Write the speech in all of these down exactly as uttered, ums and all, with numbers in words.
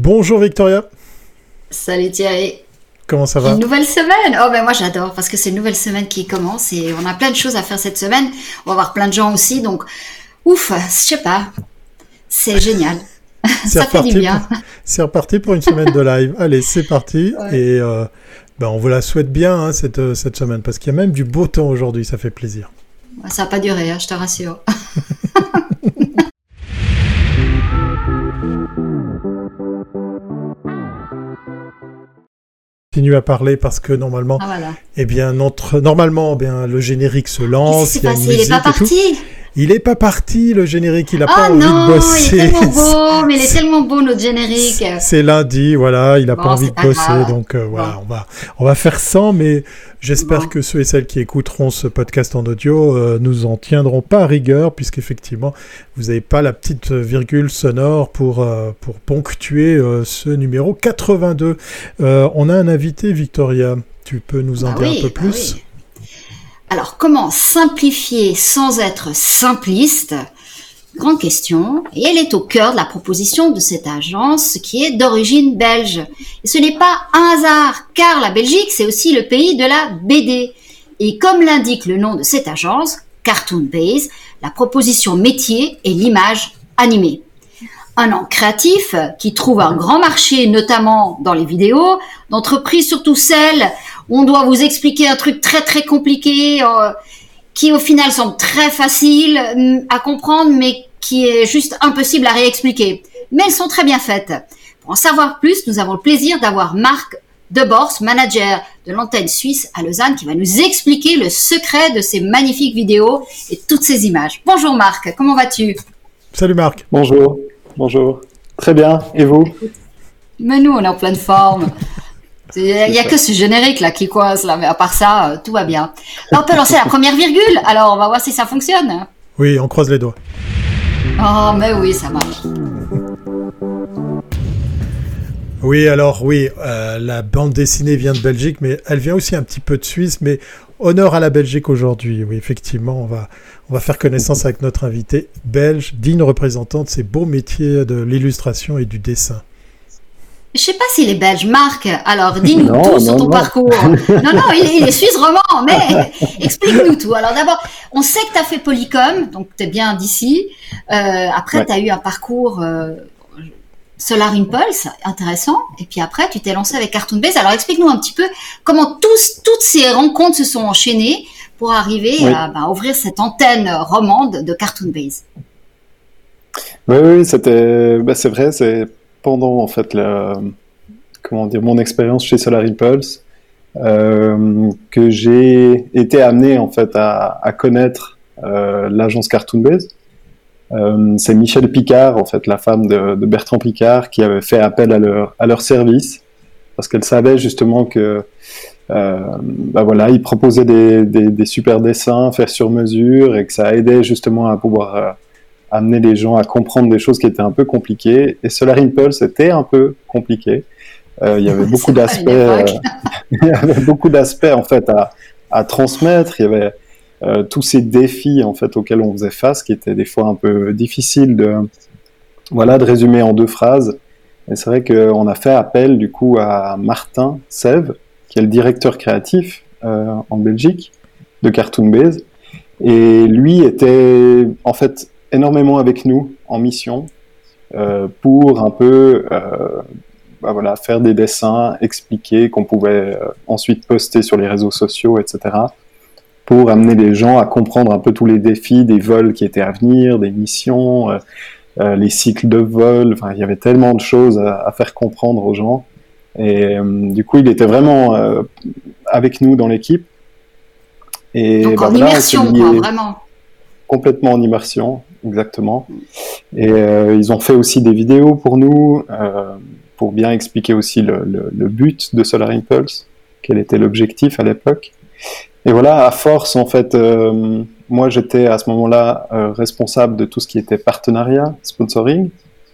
Bonjour Victoria. Salut Thierry. Comment ça va? Une nouvelle semaine. Oh ben moi j'adore parce que c'est une nouvelle semaine qui commence et on a plein de choses à faire cette semaine. On va voir plein de gens aussi, donc ouf, je sais pas. C'est génial. C'est ça fait du bien. Pour, c'est reparti pour une semaine de live. Allez, c'est parti. Ouais. Et euh, ben on vous la souhaite bien hein, cette, cette semaine parce qu'il y a même du beau temps aujourd'hui, ça fait plaisir. Ça n'a pas duré, hein, je te rassure. Continue à parler parce que normalement, ah, voilà. eh bien notre normalement, eh bien le générique se lance. Il, il est pas parti. Il est pas parti le générique, il a oh pas envie non, de bosser. Il est tellement beau, mais il est tellement beau notre générique. C'est, c'est lundi, voilà, il a bon, pas envie de bosser, grave. donc euh, voilà, bon. on va on va faire sans, mais j'espère bon. que ceux et celles qui écouteront ce podcast en audio euh, nous en tiendront pas à rigueur, puisqu'effectivement vous n'avez pas la petite virgule sonore pour euh, pour ponctuer euh, ce numéro quatre-vingt-deux. Euh, on a un invité, Victoria. Tu peux nous en bah dire oui, un peu bah plus? oui. Alors, comment simplifier sans être simpliste? Grande question. Et elle est au cœur de la proposition de cette agence qui est d'origine belge. Et ce n'est pas un hasard, car la Belgique, c'est aussi le pays de la B D. Et comme l'indique le nom de cette agence, Cartoon Base, la proposition métier est l'image animée. Un an créatif qui trouve un grand marché, notamment dans les vidéos, d'entreprises, surtout celles où on doit vous expliquer un truc très très compliqué, euh, qui au final semble très facile à comprendre, mais qui est juste impossible à réexpliquer. Mais elles sont très bien faites. Pour en savoir plus, nous avons le plaisir d'avoir Marc Debors, manager de l'antenne suisse à Lausanne, qui va nous expliquer le secret de ces magnifiques vidéos et toutes ces images. Bonjour Marc, comment vas-tu? Salut Marc. Bonjour. Bonjour. Très bien. Et vous? Mais nous, on est en pleine forme. Il n'y a que ce générique là qui coince là, mais à part ça, euh, tout va bien. Là, on peut lancer la première virgule. Alors, on va voir si ça fonctionne. Oui, on croise les doigts. Oh, mais oui, ça marche. Oui, alors oui, euh, la bande dessinée vient de Belgique, mais elle vient aussi un petit peu de Suisse, mais honneur à la Belgique aujourd'hui. Oui, effectivement, on va, on va faire connaissance avec notre invité belge, digne représentant de ces beaux métiers de l'illustration et du dessin. Je sais pas s'il est belge, Marc. Alors, dis-nous non, tout non, sur ton non. parcours. Non, non, il est, il est suisse roman, mais explique-nous tout. Alors d'abord, on sait que tu as fait Polycom, donc tu es bien d'ici. Euh, après, ouais. tu as eu un parcours euh, Solar Impulse, intéressant. Et puis après, tu t'es lancé avec Cartoon Base. Alors explique-nous un petit peu comment tous, toutes ces rencontres se sont enchaînées pour arriver oui. à bah, ouvrir cette antenne romande de Cartoon Base. Oui, oui, c'était, bah, c'est vrai, c'est pendant en fait le, comment dire, mon expérience chez Solar Impulse euh, que j'ai été amené en fait à, à connaître euh, l'agence Cartoon Base. Euh, c'est Michel Picard, en fait, la femme de, de Bertrand Picard, qui avait fait appel à leur, à leur service parce qu'elle savait justement que euh, bah voilà, ils proposaient des, des, des super dessins faits sur mesure et que ça aidait justement à pouvoir euh, amener les gens à comprendre des choses qui étaient un peu compliquées. Et Solar Impulse était un peu compliqué. Euh, il y avait beaucoup d'aspects, euh, il y avait beaucoup d'aspects en fait à, à transmettre. Il y avait euh, tous ces défis en fait auxquels on faisait face, qui étaient des fois un peu difficiles de, voilà, de résumer en deux phrases. Et c'est vrai qu'on a fait appel du coup à Martin Sève, qui est le directeur créatif euh, en Belgique de Cartoon Base. Et lui était en fait énormément avec nous en mission euh, pour un peu euh, bah voilà, faire des dessins, expliquer, qu'on pouvait euh, ensuite poster sur les réseaux sociaux, et cetera, pour amener les gens à comprendre un peu tous les défis des vols qui étaient à venir, des missions, euh, euh, les cycles de vol. Enfin, il y avait tellement de choses à, à faire comprendre aux gens. Et euh, du coup, il était vraiment euh, avec nous dans l'équipe. Et donc bah, en voilà, immersion, quoi, vraiment. Complètement en immersion, exactement. Et euh, ils ont fait aussi des vidéos pour nous, euh, pour bien expliquer aussi le, le, le but de Solar Impulse, quel était l'objectif à l'époque. Et voilà, à force, en fait, euh, moi j'étais à ce moment-là euh, responsable de tout ce qui était partenariat, sponsoring.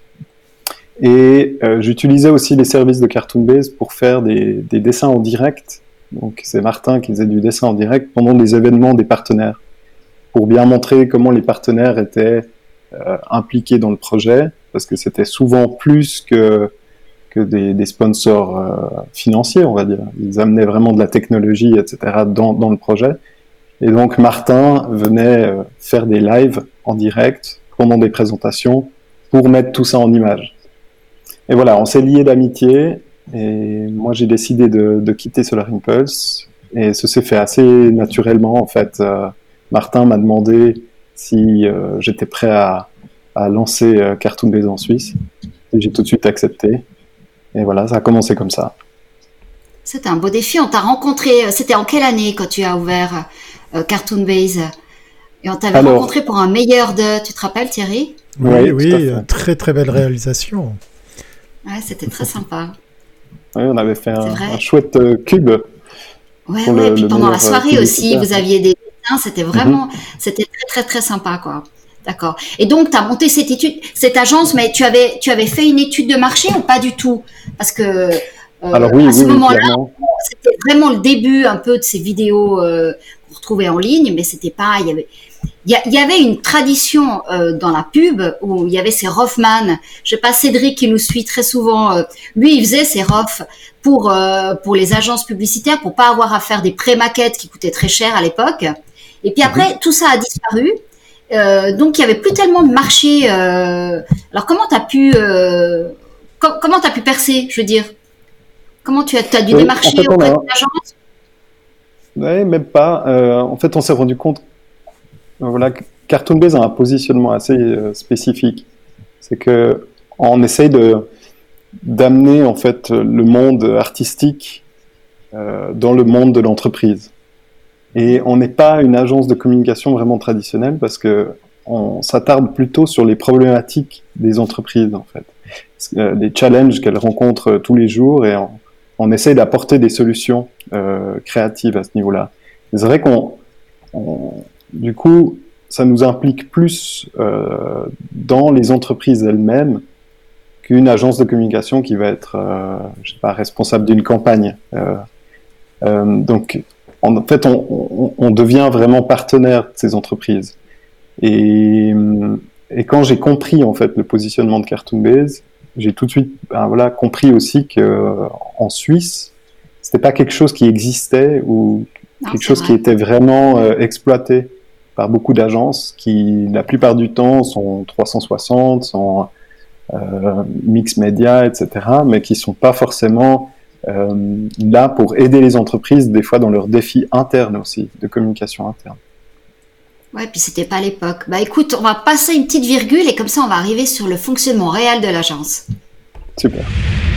Et euh, j'utilisais aussi les services de Cartoon Base pour faire des, des dessins en direct. Donc c'est Martin qui faisait du dessin en direct pendant des événements des partenaires, pour bien montrer comment les partenaires étaient euh, impliqués dans le projet, parce que c'était souvent plus que, que des, des sponsors euh, financiers, on va dire. Ils amenaient vraiment de la technologie, et cetera dans, dans le projet. Et donc Martin venait euh, faire des lives en direct pendant des présentations pour mettre tout ça en images. Et voilà, on s'est liés d'amitié et moi j'ai décidé de, de quitter Solar Impulse et ce s'est fait assez naturellement en fait. Euh, Martin m'a demandé si euh, j'étais prêt à, à lancer euh, Cartoon Base en Suisse et j'ai tout de suite accepté. Et voilà, ça a commencé comme ça. C'était un beau défi. On t'a rencontré, c'était en quelle année quand tu as ouvert euh, Cartoon Base? Et on t'avait Alors, rencontré pour un meilleur de... Tu te rappelles, Thierry? Oui, oui, oui très très belle réalisation. Ouais, c'était très sympa. Oui, on avait fait un, un chouette euh, cube. Ouais, ouais, et puis pendant la soirée aussi, vous aviez des dessins, c'était vraiment, mm-hmm. c'était très très très sympa, quoi. D'accord. Et donc, tu as monté cette étude, cette agence, mais tu avais, tu avais fait une étude de marché ou pas du tout? Parce que euh, Alors, oui, à ce oui, moment-là, oui, c'était vraiment le début un peu de ces vidéos euh, qu'on retrouvait en ligne, mais c'était pas, il y avait, il y, y avait une tradition euh, dans la pub où il y avait ces Roffman. Je sais pas, Cédric qui nous suit très souvent, euh, lui, il faisait ces Roff pour euh, pour les agences publicitaires pour pas avoir à faire des pré-maquettes qui coûtaient très cher à l'époque. Et puis après, mm-hmm. tout ça a disparu. Euh, donc il y avait plus tellement de marché. Euh... Alors comment t'as pu euh... Com- comment t'as pu percer, je veux dire? Comment tu as, t'as dû oui, démarcher en fait, auprès a... de l'agence? Oui, même pas. Euh, en fait, on s'est rendu compte. Euh, voilà, Cartoon Base a un positionnement assez euh, spécifique. C'est que on essaye de d'amener en fait le monde artistique euh, dans le monde de l'entreprise. Et on n'est pas une agence de communication vraiment traditionnelle parce que on s'attarde plutôt sur les problématiques des entreprises en fait, les challenges qu'elles rencontrent tous les jours et on, on essaie d'apporter des solutions euh, créatives à ce niveau-là. Et c'est vrai qu'on, on, du coup, ça nous implique plus euh, dans les entreprises elles-mêmes qu'une agence de communication qui va être, euh, je sais pas, responsable d'une campagne. Euh, euh, donc En fait, on, on, on devient vraiment partenaire de ces entreprises. Et, et quand j'ai compris en fait le positionnement de Cartoon Base, j'ai tout de suite, ben, voilà, compris aussi que en Suisse, c'était pas quelque chose qui existait ou non, quelque chose vrai. qui était vraiment euh, exploité par beaucoup d'agences qui, la plupart du temps, sont trois cent soixante, sont euh, mix média, et cetera, mais qui sont pas forcément Euh, là pour aider les entreprises des fois dans leurs défis internes aussi, de communication interne. Ouais, puis c'était pas l'époque. Bah écoute, on va passer une petite virgule et comme ça on va arriver sur le fonctionnement réel de l'agence. Super.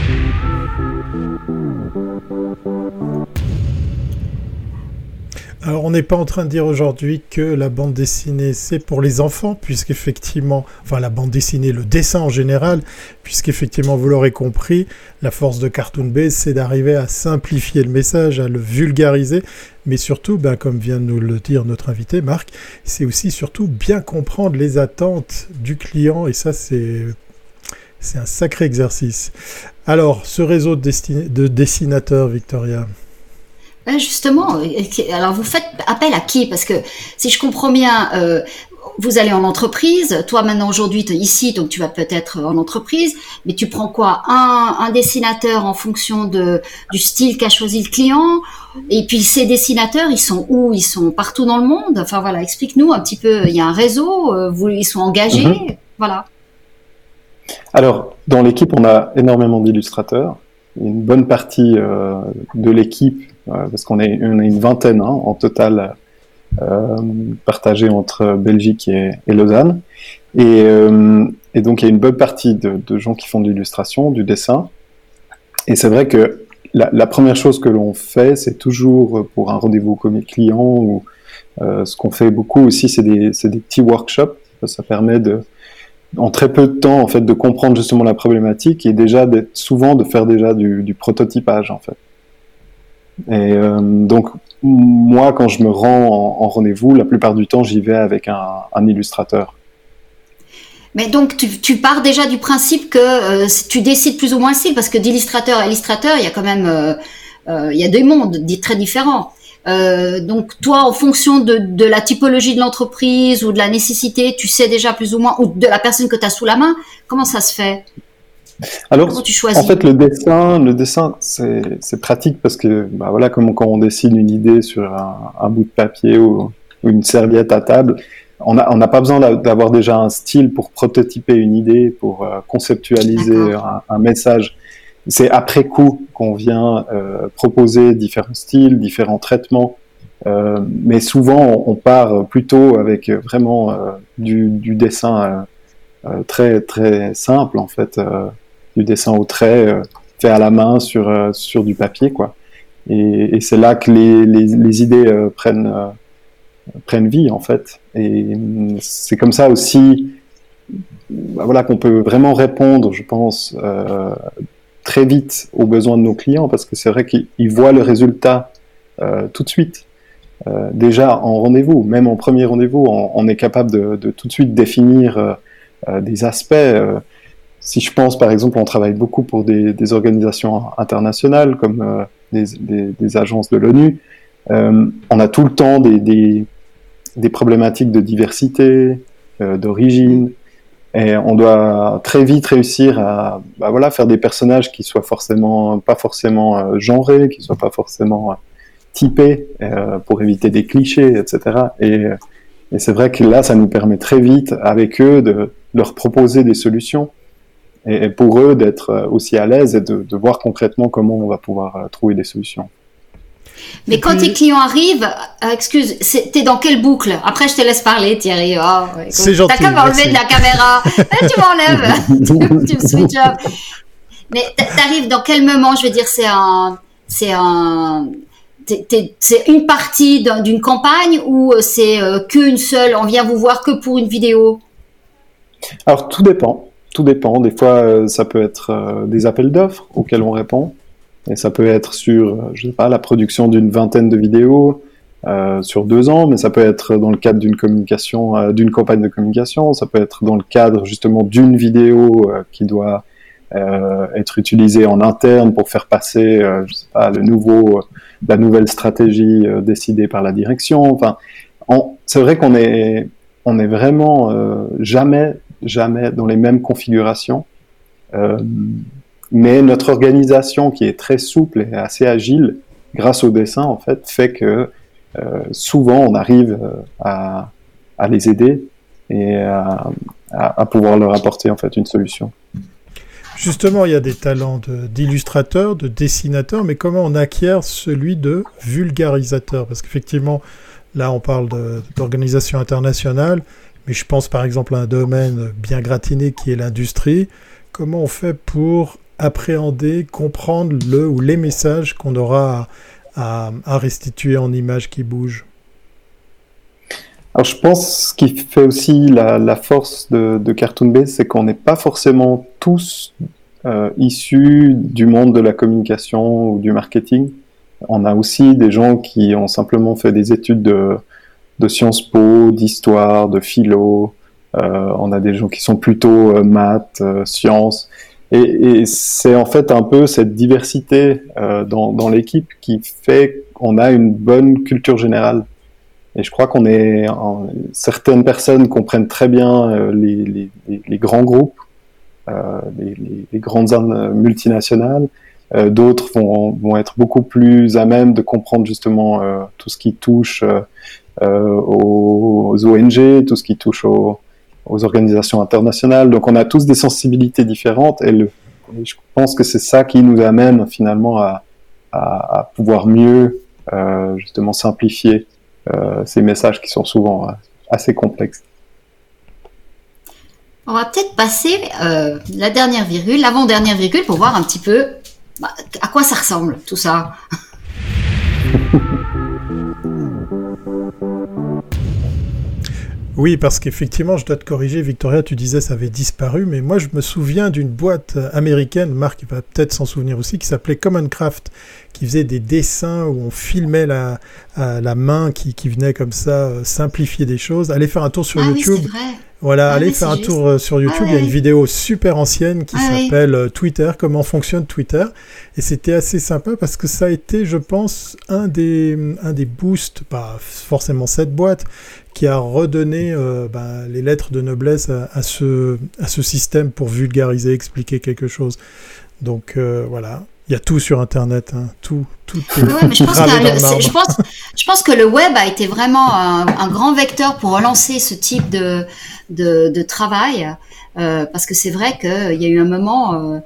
Alors, on n'est pas en train de dire aujourd'hui que la bande dessinée, c'est pour les enfants, puisqu'effectivement, enfin la bande dessinée, le dessin en général, puisqu'effectivement, vous l'aurez compris, la force de Cartoon Base, c'est d'arriver à simplifier le message, à le vulgariser, mais surtout, ben, comme vient de nous le dire notre invité, Marc, c'est aussi surtout bien comprendre les attentes du client, et ça, c'est... c'est un sacré exercice. Alors, ce réseau de, desti- de dessinateurs, Victoria ? Justement, alors vous faites appel à qui? Parce que si je comprends bien, euh, vous allez en entreprise, toi maintenant aujourd'hui tu es ici, donc tu vas peut-être en entreprise, mais tu prends quoi? Un, un dessinateur en fonction de, du style qu'a choisi le client, et puis ces dessinateurs, ils sont où? Ils sont partout dans le monde? Enfin voilà, explique-nous un petit peu, il y a un réseau, euh, vous, ils sont engagés, mm-hmm. Voilà. Alors, dans l'équipe, on a énormément d'illustrateurs, une bonne partie euh, de l'équipe, parce qu'on est, on est une vingtaine hein, en total euh, partagée entre Belgique et, et Lausanne. Et, euh, et donc, il y a une bonne partie de, de gens qui font de l'illustration, du dessin. Et c'est vrai que la, la première chose que l'on fait, c'est toujours pour un rendez-vous client, ou euh, ce qu'on fait beaucoup aussi, c'est des, c'est des petits workshops. Ça permet de, en très peu de temps, en fait, de comprendre justement la problématique et déjà d'être, souvent de faire déjà du, du prototypage, en fait. Et euh, donc, moi, quand je me rends en, en rendez-vous, la plupart du temps, j'y vais avec un, un illustrateur. Mais donc, tu, tu pars déjà du principe que euh, tu décides plus ou moins le style, parce que d'illustrateur à illustrateur, il y a quand même, euh, euh, il y a des mondes très différents. Euh, donc, toi, en fonction de, de la typologie de l'entreprise ou de la nécessité, tu sais déjà plus ou moins, ou de la personne que tu as sous la main, comment ça se fait? Alors, comment tu choisis? En fait, le dessin, le dessin, c'est, c'est pratique parce que, bah voilà, comme quand on dessine une idée sur un, un bout de papier ou, ou une serviette à table, on n'a on a pas besoin d'avoir déjà un style pour prototyper une idée, pour euh, conceptualiser un, un message. C'est après coup qu'on vient euh, proposer différents styles, différents traitements. Euh, mais souvent, on, on part plutôt avec vraiment euh, du, du dessin euh, euh, très très simple en fait, euh, du dessin au trait euh, fait à la main sur euh, sur du papier quoi. Et, et c'est là que les les, les idées euh, prennent euh, prennent vie en fait. Et c'est comme ça aussi, bah, voilà, qu'on peut vraiment répondre, je pense, euh, très vite aux besoins de nos clients, parce que c'est vrai qu'ils voient le résultat euh, tout de suite. Euh, déjà en rendez-vous, même en premier rendez-vous, on, on est capable de, de tout de suite définir euh, euh, des aspects. Euh, si je pense, par exemple, on travaille beaucoup pour des, des organisations internationales, comme euh, des, des, des agences de l'ONU, euh, on a tout le temps des, des, des problématiques de diversité, euh, d'origine, et on doit très vite réussir à bah voilà, faire des personnages qui soient forcément, pas forcément euh, genrés, qui soient pas forcément euh, typés, euh, pour éviter des clichés, et cetera. Et, et c'est vrai que là, ça nous permet très vite, avec eux, de leur proposer des solutions, et, et pour eux d'être aussi à l'aise et de, de voir concrètement comment on va pouvoir euh, trouver des solutions. Mais et quand puis... tes clients arrivent, euh, excuse, t'es dans quelle boucle? Après, je te laisse parler, Thierry. Oh, c'est gentil. T'as qu'à m'enlever de la caméra. Eh, tu m'enlèves. tu, tu me switch up. Mais t'arrives dans quel moment? Je veux dire, c'est un, c'est un, t'es, t'es, c'est une partie d'une campagne ou c'est euh, qu'une seule? On vient vous voir que pour une vidéo? Alors tout dépend. Tout dépend. Des fois, euh, ça peut être euh, des appels d'offres auxquels on répond. Et ça peut être sur, je sais pas, la production d'une vingtaine de vidéos euh, sur deux ans, mais ça peut être dans le cadre d'une communication, euh, d'une campagne de communication, ça peut être dans le cadre justement d'une vidéo euh, qui doit euh, être utilisée en interne pour faire passer, euh, je sais pas, le nouveau, la nouvelle stratégie euh, décidée par la direction. Enfin, on, c'est vrai qu'on est, on est vraiment euh, jamais, jamais dans les mêmes configurations. Euh, Mais notre organisation, qui est très souple et assez agile, grâce au dessin, en fait, fait que euh, souvent on arrive à, à les aider et à, à, à pouvoir leur apporter en fait une solution. Justement, il y a des talents de, d'illustrateur, de dessinateur, mais comment on acquiert celui de vulgarisateur? Parce qu'effectivement, là, on parle de, d'organisation internationale, mais je pense par exemple à un domaine bien gratiné qui est l'industrie. Comment on fait pour appréhender, comprendre le ou les messages qu'on aura à, à, à restituer en images qui bougent? Alors je pense ce qui fait aussi la, la force de, de Cartoon Base, c'est qu'on n'est pas forcément tous euh, issus du monde de la communication ou du marketing. On a aussi des gens qui ont simplement fait des études de, de Sciences Po, d'histoire, de philo. Euh, on a des gens qui sont plutôt euh, maths, euh, sciences. Et, et c'est en fait un peu cette diversité euh, dans, dans l'équipe qui fait qu'on a une bonne culture générale. Et je crois qu'on est... En, certaines personnes comprennent très bien euh, les, les, les, les grands groupes, euh, les, les, les grandes multinationales. Euh, d'autres vont, vont être beaucoup plus à même de comprendre justement euh, tout ce qui touche euh, aux, aux O N G, tout ce qui touche aux... aux organisations internationales. Donc on a tous des sensibilités différentes et, le, et je pense que c'est ça qui nous amène finalement à, à, à pouvoir mieux euh, justement simplifier euh, ces messages qui sont souvent euh, assez complexes. On va peut-être passer euh, la dernière virgule, l'avant-dernière virgule pour voir un petit peu bah, à quoi ça ressemble tout ça. Oui, parce qu'effectivement, je dois te corriger, Victoria, tu disais ça avait disparu, mais moi je me souviens d'une boîte américaine, Marc va peut-être s'en souvenir aussi, qui s'appelait Common Craft, qui faisait des dessins où on filmait la, la main qui, qui venait comme ça euh, simplifier des choses. Allez faire un tour sur ah YouTube. Oui, c'est vrai. Voilà, ah, allez faire un juste. tour sur YouTube, ah, il y a une ouais. vidéo super ancienne qui ah, s'appelle oui. Twitter, comment fonctionne Twitter. Et c'était assez sympa parce que ça a été, je pense, un des, un des boosts, pas forcément cette boîte, qui a redonné euh, ben, les lettres de noblesse à, à, ce, à ce système pour vulgariser, expliquer quelque chose. Donc euh, voilà. Il y a tout sur Internet, hein. tout, tout est ouais, mais je pense, le, je, pense, je pense que le web a été vraiment un, un grand vecteur pour relancer ce type de, de, de travail, euh, parce que c'est vrai qu'il y a eu un moment, euh,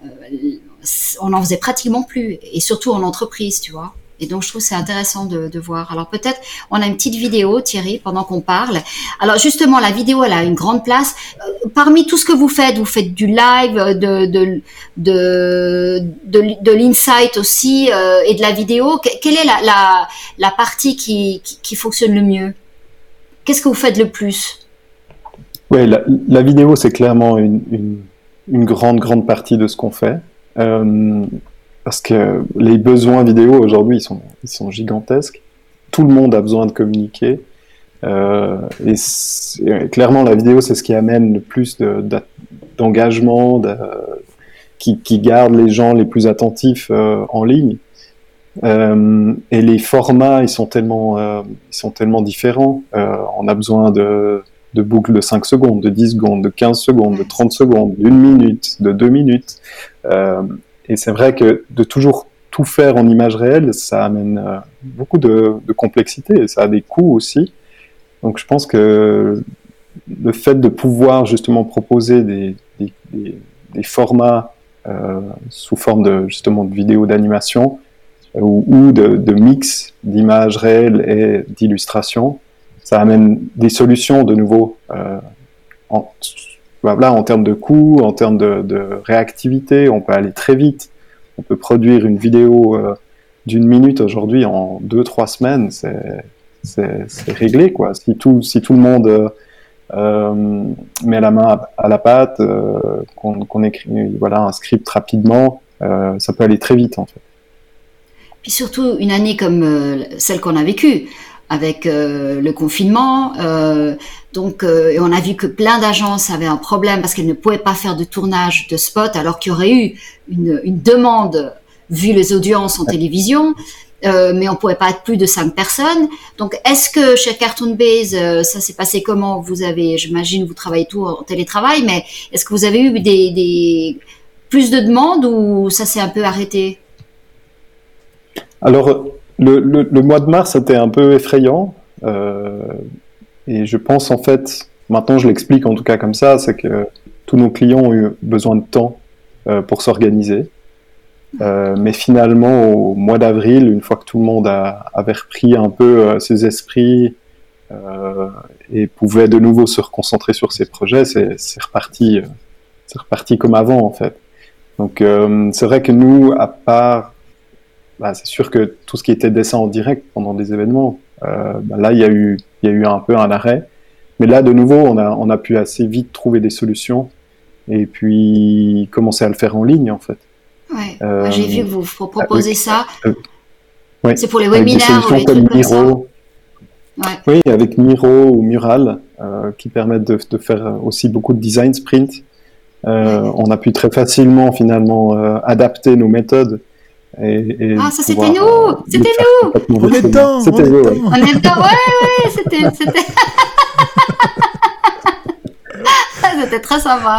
on n'en faisait pratiquement plus, et surtout en entreprise, tu vois. Et donc, je trouve que c'est intéressant de, de voir. Alors, peut-être, on a une petite vidéo, Thierry, pendant qu'on parle. Alors, justement, la vidéo, elle a une grande place. Euh, parmi tout ce que vous faites, vous faites du live, de de de de, de l'insight aussi euh, et de la vidéo. Quelle est la la, la partie qui, qui qui fonctionne le mieux? Qu'est-ce que vous faites le plus? Oui, la, la vidéo, c'est clairement une, une une grande grande partie de ce qu'on fait. Euh, Parce que les besoins vidéo aujourd'hui, ils sont, ils sont gigantesques. Tout le monde a besoin de communiquer. Euh, et clairement, la vidéo, c'est ce qui amène le plus de, de, d'engagement, de, qui, qui garde les gens les plus attentifs euh, en ligne. Euh, et les formats, ils sont tellement, euh, ils sont tellement différents. Euh, on a besoin de, de boucles de cinq secondes, de dix secondes, de quinze secondes, de trente secondes, d'une minute, de deux minutes. Euh, Et c'est vrai que de toujours tout faire en image réelle, ça amène euh, beaucoup de, de complexité et ça a des coûts aussi. Donc je pense que le fait de pouvoir justement proposer des, des, des, des formats euh, sous forme de justement de vidéos d'animation euh, ou, ou de, de mix d'images réelles et d'illustrations, ça amène des solutions de nouveau euh, en, Là, en termes de coûts, en termes de, de réactivité, on peut aller très vite. On peut produire une vidéo euh, d'une minute aujourd'hui en deux, trois semaines. C'est, c'est, c'est réglé, quoi. Si tout, si tout le monde euh, met la main à, à la pâte, euh, qu'on, qu'on écrit, voilà, un script rapidement, euh, ça peut aller très vite, en fait. Puis surtout une année comme euh, celle qu'on a vécue, avec euh, le confinement, euh, donc euh, et on a vu que plein d'agences avaient un problème parce qu'elles ne pouvaient pas faire de tournage de spot alors qu'il y aurait eu une, une demande vu les audiences en télévision, euh, mais on pouvait pas être plus de cinq personnes. Donc est-ce que chez Cartoon Base euh, ça s'est passé comment? Vous avez, j'imagine, vous travaillez tout en télétravail, mais est-ce que vous avez eu des, des plus de demandes ou ça s'est un peu arrêté? Alors Le, le, le mois de mars était un peu effrayant euh, et je pense en fait, maintenant je l'explique en tout cas comme ça, c'est que tous nos clients ont eu besoin de temps euh, pour s'organiser. Euh, mais finalement au mois d'avril, une fois que tout le monde a, avait repris un peu euh, ses esprits euh, et pouvait de nouveau se reconcentrer sur ses projets, c'est, c'est reparti, euh, c'est reparti comme avant en fait. Donc euh, c'est vrai que nous, à part Bah, c'est sûr que tout ce qui était dessin en direct pendant des événements, euh, bah là il y a eu il y a eu un peu un arrêt, mais là de nouveau on a on a pu assez vite trouver des solutions et puis commencer à le faire en ligne en fait. Ouais, euh, ouais j'ai vu que vous proposez avec, ça. Euh, ouais, c'est pour les webinaires ou les comme trucs Miro. comme ça. Ouais. Oui, avec Miro ou Mural euh, qui permettent de, de faire aussi beaucoup de design sprint. Euh, ouais. On a pu très facilement finalement euh, adapter nos méthodes. Et, et ah, ça c'était nous! Euh, c'était nous! On est dedans! C'était on, est ouais. on est dedans! Ouais, ouais, c'était. C'était, c'était très sympa!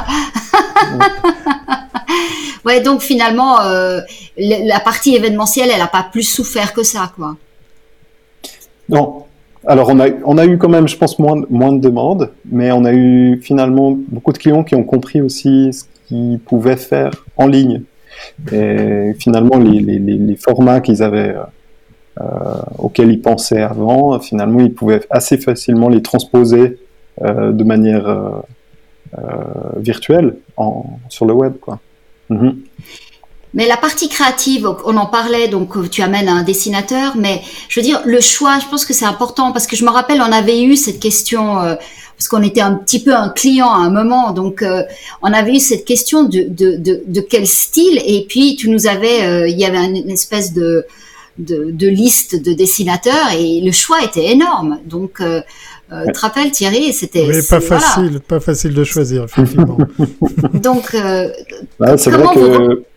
Ouais, donc finalement, euh, la partie événementielle, elle n'a pas plus souffert que ça, quoi. Non. Alors, on a, on a eu quand même, je pense, moins, moins de demandes, mais on a eu finalement beaucoup de clients qui ont compris aussi ce qu'ils pouvaient faire en ligne. Et finalement, les, les, les formats qu'ils avaient, euh, auxquels ils pensaient avant, finalement, ils pouvaient assez facilement les transposer euh, de manière euh, euh, virtuelle en, sur le web, quoi. Mm-hmm. Mais la partie créative, on en parlait, donc tu amènes un dessinateur, mais je veux dire, le choix, je pense que c'est important, parce que je me rappelle, on avait eu cette question, euh, parce qu'on était un petit peu un client à un moment, donc euh, on avait eu cette question de, de, de, de quel style, et puis tu nous avais, euh, il y avait une espèce de, de, de listes de dessinateurs et le choix était énorme. Donc, euh, euh, tu te rappelles Thierry, c'était oui, pas facile, voilà. pas facile de choisir effectivement. Donc, euh, ouais, c'est vrai que vous...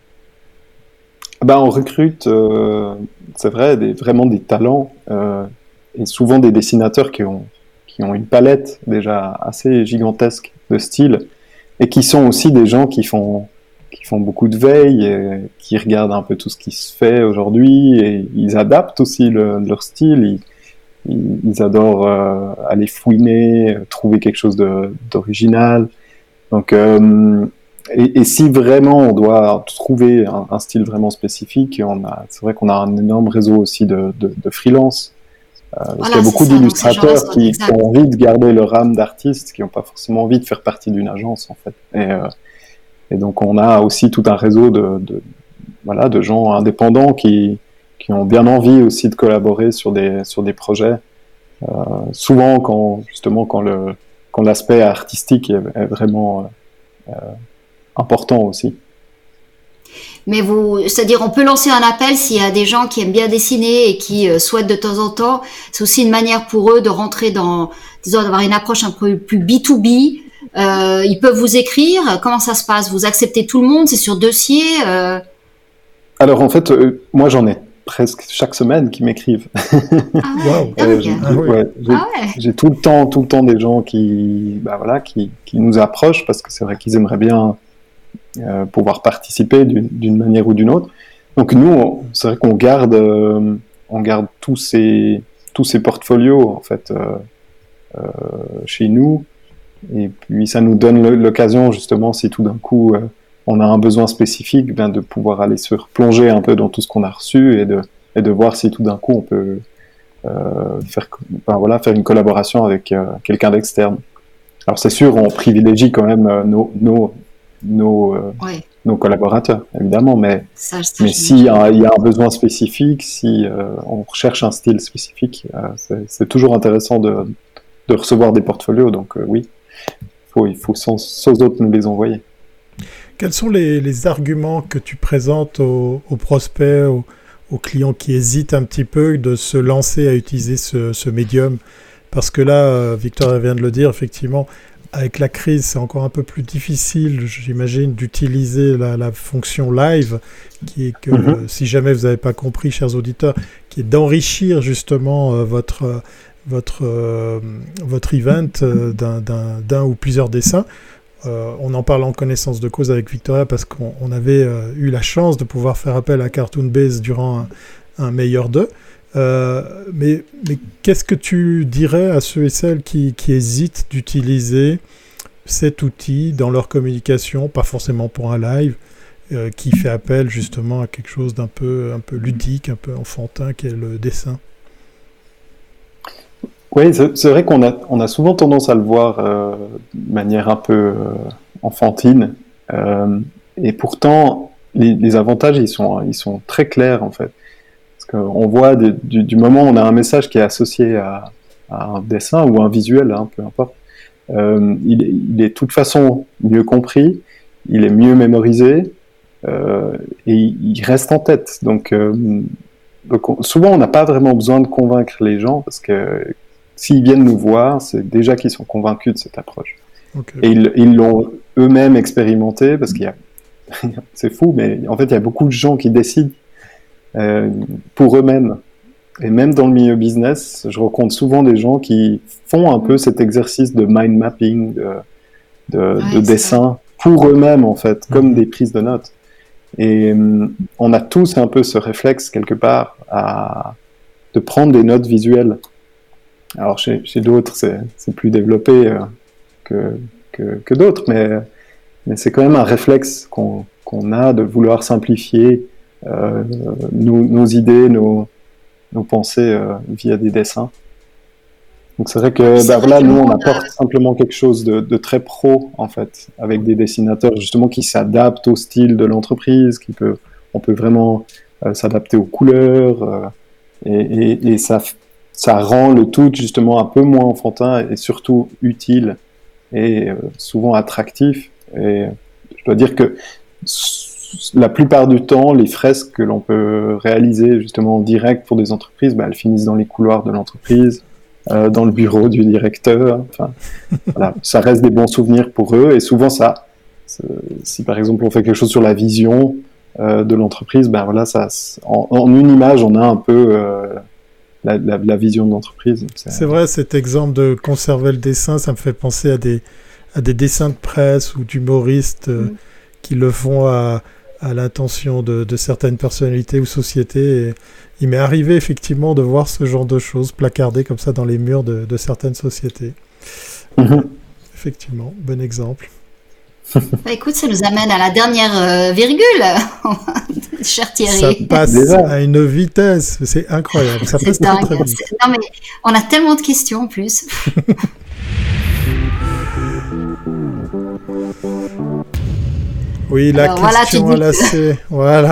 bah, on recrute, euh, c'est vrai, des, vraiment des talents euh, et souvent des dessinateurs qui ont qui ont une palette déjà assez gigantesque de styles et qui sont aussi des gens qui font qui font beaucoup de veille, et qui regardent un peu tout ce qui se fait aujourd'hui et ils adaptent aussi le, leur style. Ils, ils, ils adorent euh, aller fouiner, trouver quelque chose de, d'original. Donc, euh, et, et si vraiment on doit trouver un, un style vraiment spécifique, on a, c'est vrai qu'on a un énorme réseau aussi de, de, de freelance. Euh, parce voilà, qu'il y a beaucoup ça, d'illustrateurs qui, qui ont envie de garder leur âme d'artiste, qui n'ont pas forcément envie de faire partie d'une agence en fait. Et, euh, et donc on a aussi tout un réseau de, de voilà de gens indépendants qui qui ont bien envie aussi de collaborer sur des sur des projets. Euh, souvent quand justement quand le quand l'aspect artistique est, est vraiment euh, important aussi. Mais vous, c'est-à-dire, on peut lancer un appel s'il y a des gens qui aiment bien dessiner et qui euh, souhaitent de temps en temps. C'est aussi une manière pour eux de rentrer dans, disons, d'avoir une approche un peu plus B deux B. Euh, ils peuvent vous écrire. Comment ça se passe? Vous acceptez tout le monde? C'est sur dossier? euh... Alors en fait, euh, moi j'en ai presque chaque semaine qui m'écrivent. Ah ouais, euh, j'ai, ah ouais, j'ai, ah ouais. j'ai tout le temps, tout le temps des gens qui, bah voilà, qui, qui nous approchent parce que c'est vrai qu'ils aimeraient bien. Euh, pouvoir participer d'une, d'une manière ou d'une autre. Donc nous, on, c'est vrai qu'on garde, euh, on garde tous ces, tous ces portfolios en fait euh, euh, chez nous, et puis ça nous donne l'occasion justement, si tout d'un coup euh, on a un besoin spécifique, ben, de pouvoir aller se replonger un peu dans tout ce qu'on a reçu et de, et de voir si tout d'un coup on peut euh, faire, ben, voilà, faire une collaboration avec euh, quelqu'un d'externe. Alors c'est sûr, on privilégie quand même euh, nos, nos Nos, euh, ouais. nos collaborateurs, évidemment, mais, ça, ça, mais s'il y, y a un besoin spécifique, si euh, on recherche un style spécifique, euh, c'est, c'est toujours intéressant de, de recevoir des portfolios, donc euh, oui, faut, il faut sans, sans doute nous les envoyer. Quels sont les, les arguments que tu présentes aux, aux prospects, aux, aux clients qui hésitent un petit peu de se lancer à utiliser ce, ce médium? Parce que là, Victor vient de le dire, effectivement, avec la crise, c'est encore un peu plus difficile, j'imagine, d'utiliser la, la fonction live, qui est que, mm-hmm. euh, si jamais vous n'avez pas compris, chers auditeurs, qui est d'enrichir justement euh, votre, votre, euh, votre event euh, d'un, d'un, d'un ou plusieurs dessins. Euh, on en parle en connaissance de cause avec Victoria parce qu'on on avait euh, eu la chance de pouvoir faire appel à Cartoon Base durant un, un meilleur d'eux. Euh, mais, mais qu'est-ce que tu dirais à ceux et celles qui, qui hésitent d'utiliser cet outil dans leur communication, pas forcément pour un live, euh, qui fait appel justement à quelque chose d'un peu, un peu ludique, un peu enfantin, qui est le dessin? Oui, c'est, c'est vrai qu'on a, on a souvent tendance à le voir euh, de manière un peu euh, enfantine, euh, et pourtant les, les avantages ils sont, ils sont très clairs en fait. On voit des, du, du moment où on a un message qui est associé à, à un dessin ou un visuel, hein, peu importe, euh, il, il est de toute façon mieux compris, il est mieux mémorisé euh, et il reste en tête. Donc, euh, donc on, souvent on n'a pas vraiment besoin de convaincre les gens parce que s'ils viennent nous voir, c'est déjà qu'ils sont convaincus de cette approche. Okay. Et ils, ils l'ont eux-mêmes expérimenté parce qu'il y a, c'est fou, mais en fait il y a beaucoup de gens qui décident Euh, pour eux-mêmes. Et même dans le milieu business, je rencontre souvent des gens qui font un peu cet exercice de mind mapping, de, de, ouais, de dessin pour eux-mêmes en fait, mmh. comme des prises de notes. Et um, on a tous un peu ce réflexe quelque part à, de prendre des notes visuelles. Alors chez, chez d'autres, c'est, c'est plus développé euh, que, que, que d'autres, mais, mais c'est quand même un réflexe qu'on, qu'on a de vouloir simplifier Euh, nos, nos idées, nos, nos pensées euh, via des dessins. Donc c'est vrai que, c'est bah, vrai voilà, que nous on apporte a... simplement quelque chose de, de très pro en fait, avec des dessinateurs justement qui s'adaptent au style de l'entreprise, qui peut, on peut vraiment euh, s'adapter aux couleurs euh, et, et, et ça, ça rend le tout justement un peu moins enfantin et surtout utile et euh, souvent attractif. Et je dois dire que la plupart du temps, les fresques que l'on peut réalisées justement en direct pour des entreprises, bah, elles finissent dans les couloirs de l'entreprise, euh, dans le bureau du directeur. Enfin, voilà, ça reste des bons souvenirs pour eux. Et souvent, ça, si par exemple on fait quelque chose sur la vision euh, de l'entreprise, ben voilà, ça, en, en une image, on a un peu euh, la, la, la vision de l'entreprise. C'est... c'est vrai, cet exemple de conserver le dessin, ça me fait penser à des à des dessins de presse ou d'humoristes euh, mmh. qui le font à, à l'intention de, de certaines personnalités ou sociétés. Et il m'est arrivé effectivement de voir ce genre de choses placardées comme ça dans les murs de, de certaines sociétés. Mmh. Effectivement, bon exemple. Bah écoute, ça nous amène à la dernière euh, virgule, cher Thierry. Ça passe Déjà. à une vitesse, c'est incroyable. Ça c'est passe dingue. très, très vite. C'est... Non mais on a tellement de questions en plus. Oui, la Alors, question voilà, à la C. Voilà.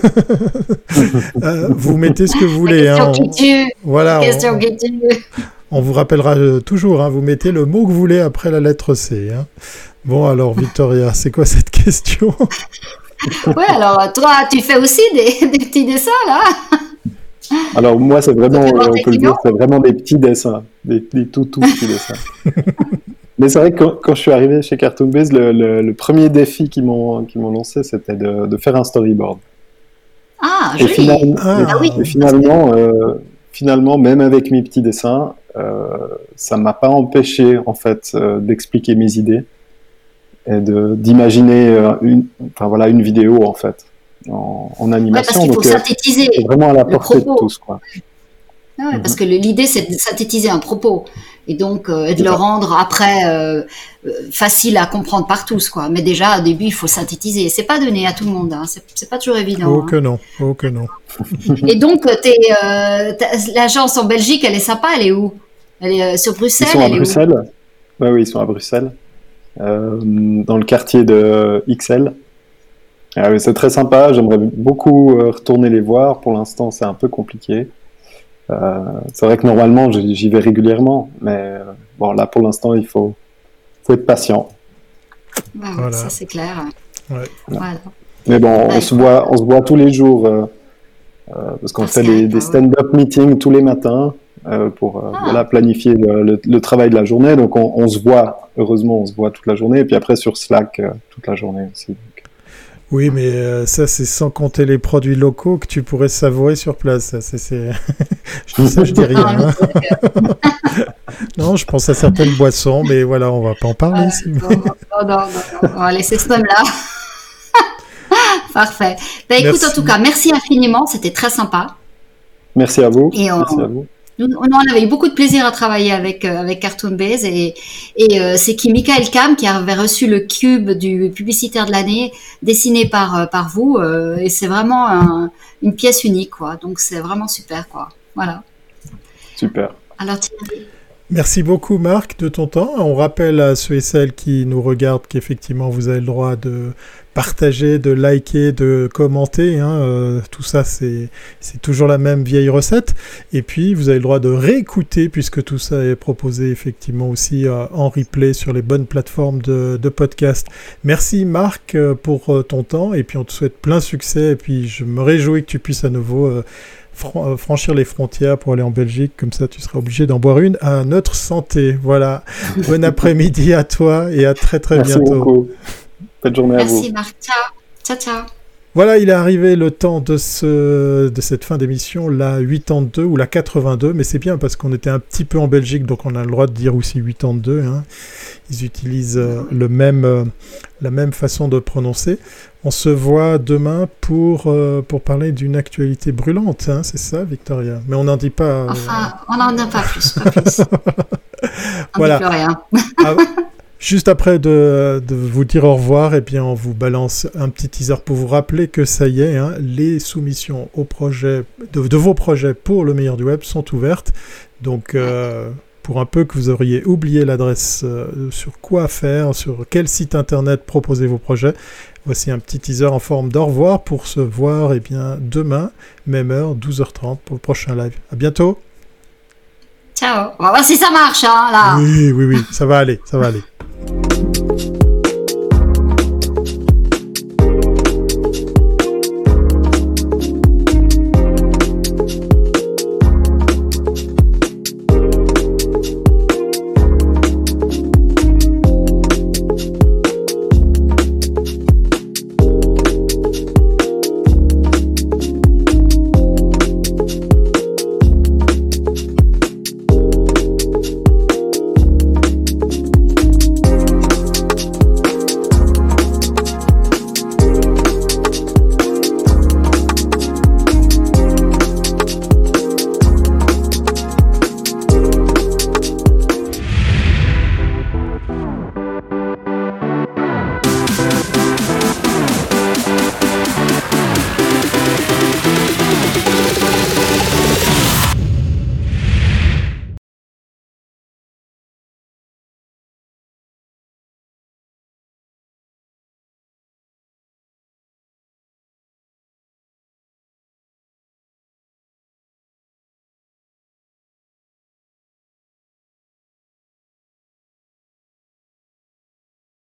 euh, vous mettez ce que vous voulez. La question hein. qui tue. Voilà. La question on... qui tue. On vous rappellera toujours, hein, vous mettez le mot que vous voulez après la lettre C. Hein. Bon, alors, Victoria, c'est quoi cette question? Ouais, alors, toi, tu fais aussi des, des petits dessins, là? Alors, moi, c'est vraiment, on peut le dire, c'est vraiment des petits dessins, des, des tout, tout petits dessins. Mais c'est vrai que quand, quand je suis arrivé chez Cartoonbiz, le, le, le premier défi qu'ils m'ont, qu'ils m'ont lancé, c'était de, de faire un storyboard. Ah, joli. Et finalement, ah, et, oui. et finalement, euh, finalement, même avec mes petits dessins, euh, ça ne m'a pas empêché, en fait, euh, d'expliquer mes idées et de, d'imaginer euh, une, enfin, voilà, une vidéo, en fait, en, en animation. Ouais, parce qu'il faut Donc, synthétiser c'est vraiment à la portée de tous, quoi. Ah ouais, mm-hmm. Parce que le, l'idée, c'est de synthétiser un propos et donc euh, et de le rendre après euh, facile à comprendre par tous, quoi. Mais déjà, au début, il faut synthétiser. C'est pas donné à tout le monde, hein. c'est, c'est pas toujours évident. Oh hein. que non, oh que non. Et donc, t'es, euh, l'agence en Belgique, elle est sympa, elle est où? Elle est euh, sur Bruxelles? Ils sont à elle Bruxelles. Oui, oui, ils sont à Bruxelles, euh, dans le quartier de X L. Ah, oui, c'est très sympa. J'aimerais beaucoup euh, retourner les voir. Pour l'instant, c'est un peu compliqué. Euh, c'est vrai que normalement j'y vais régulièrement, mais euh, bon là pour l'instant il faut, faut être patient. Bah, voilà. Ça c'est clair. Ouais. Voilà. Mais bon, ouais. on se voit, on se voit tous les jours euh, euh, parce qu'on parce fait des, des stand-up meetings tous les matins euh, pour euh, ah. voilà, planifier le, le, le travail de la journée. Donc on, on se voit, heureusement on se voit toute la journée et puis après sur Slack euh, toute la journée aussi. Oui, mais euh, ça, c'est sans compter les produits locaux que tu pourrais savourer sur place. Ça, c'est, c'est... je dis ça, je dis rien. Hein. Non, je pense à certaines boissons, mais voilà, on va pas en parler. Euh, si... non, non, non, non, on va laisser ce thème-là. Parfait. Ben, écoute, en tout cas, merci infiniment. C'était très sympa. Merci à vous. Et on... Merci à vous. Nous, on avait eu beaucoup de plaisir à travailler avec euh, avec Cartoonbiz et et euh, c'est qui Michael Kam qui avait reçu le cube du publicitaire de l'année dessiné par euh, par vous euh, et c'est vraiment un, une pièce unique quoi. Donc c'est vraiment super quoi. Voilà. Super. Alors Thierry. Merci beaucoup Marc de ton temps. On rappelle à ceux et celles qui nous regardent qu'effectivement vous avez le droit de partager, de liker, de commenter. Hein. Euh, tout ça c'est, c'est toujours la même vieille recette. Et puis vous avez le droit de réécouter puisque tout ça est proposé effectivement aussi euh, en replay sur les bonnes plateformes de, de podcast. Merci Marc euh, pour euh, ton temps et puis on te souhaite plein succès et puis je me réjouis que tu puisses à nouveau... Euh, franchir les frontières pour aller en Belgique, comme ça tu seras obligé d'en boire une à notre santé. Voilà. Bon après-midi à toi et à très très Merci bientôt. Beaucoup. Bonne journée Merci, à vous. Merci Marc. Ciao. Ciao, ciao. Voilà, il est arrivé le temps de, ce, de cette fin d'émission, la quatre-vingt-deux ou la quatre-vingt-deux, mais c'est bien parce qu'on était un petit peu en Belgique, donc on a le droit de dire aussi quatre-vingt-deux. Hein. Ils utilisent euh, le même, euh, la même façon de prononcer. On se voit demain pour, euh, pour parler d'une actualité brûlante, hein, c'est ça, Victoria? Mais on n'en dit pas... Euh... Enfin, on n'en dit pas plus, pas plus. On voilà. dit plus rien. Ah, juste après de, de vous dire au revoir, eh bien, on vous balance un petit teaser pour vous rappeler que ça y est, hein, les soumissions au projet, de, de vos projets pour le meilleur du web sont ouvertes. Donc, euh, pour un peu que vous auriez oublié l'adresse euh, sur quoi faire, sur quel site internet proposer vos projets, voici un petit teaser en forme d'au revoir pour se voir eh bien, demain, même heure, douze heures trente pour le prochain live. À bientôt. Ciao. On va voir si ça marche, hein, là. Oui, oui, oui, ça va aller, ça va aller.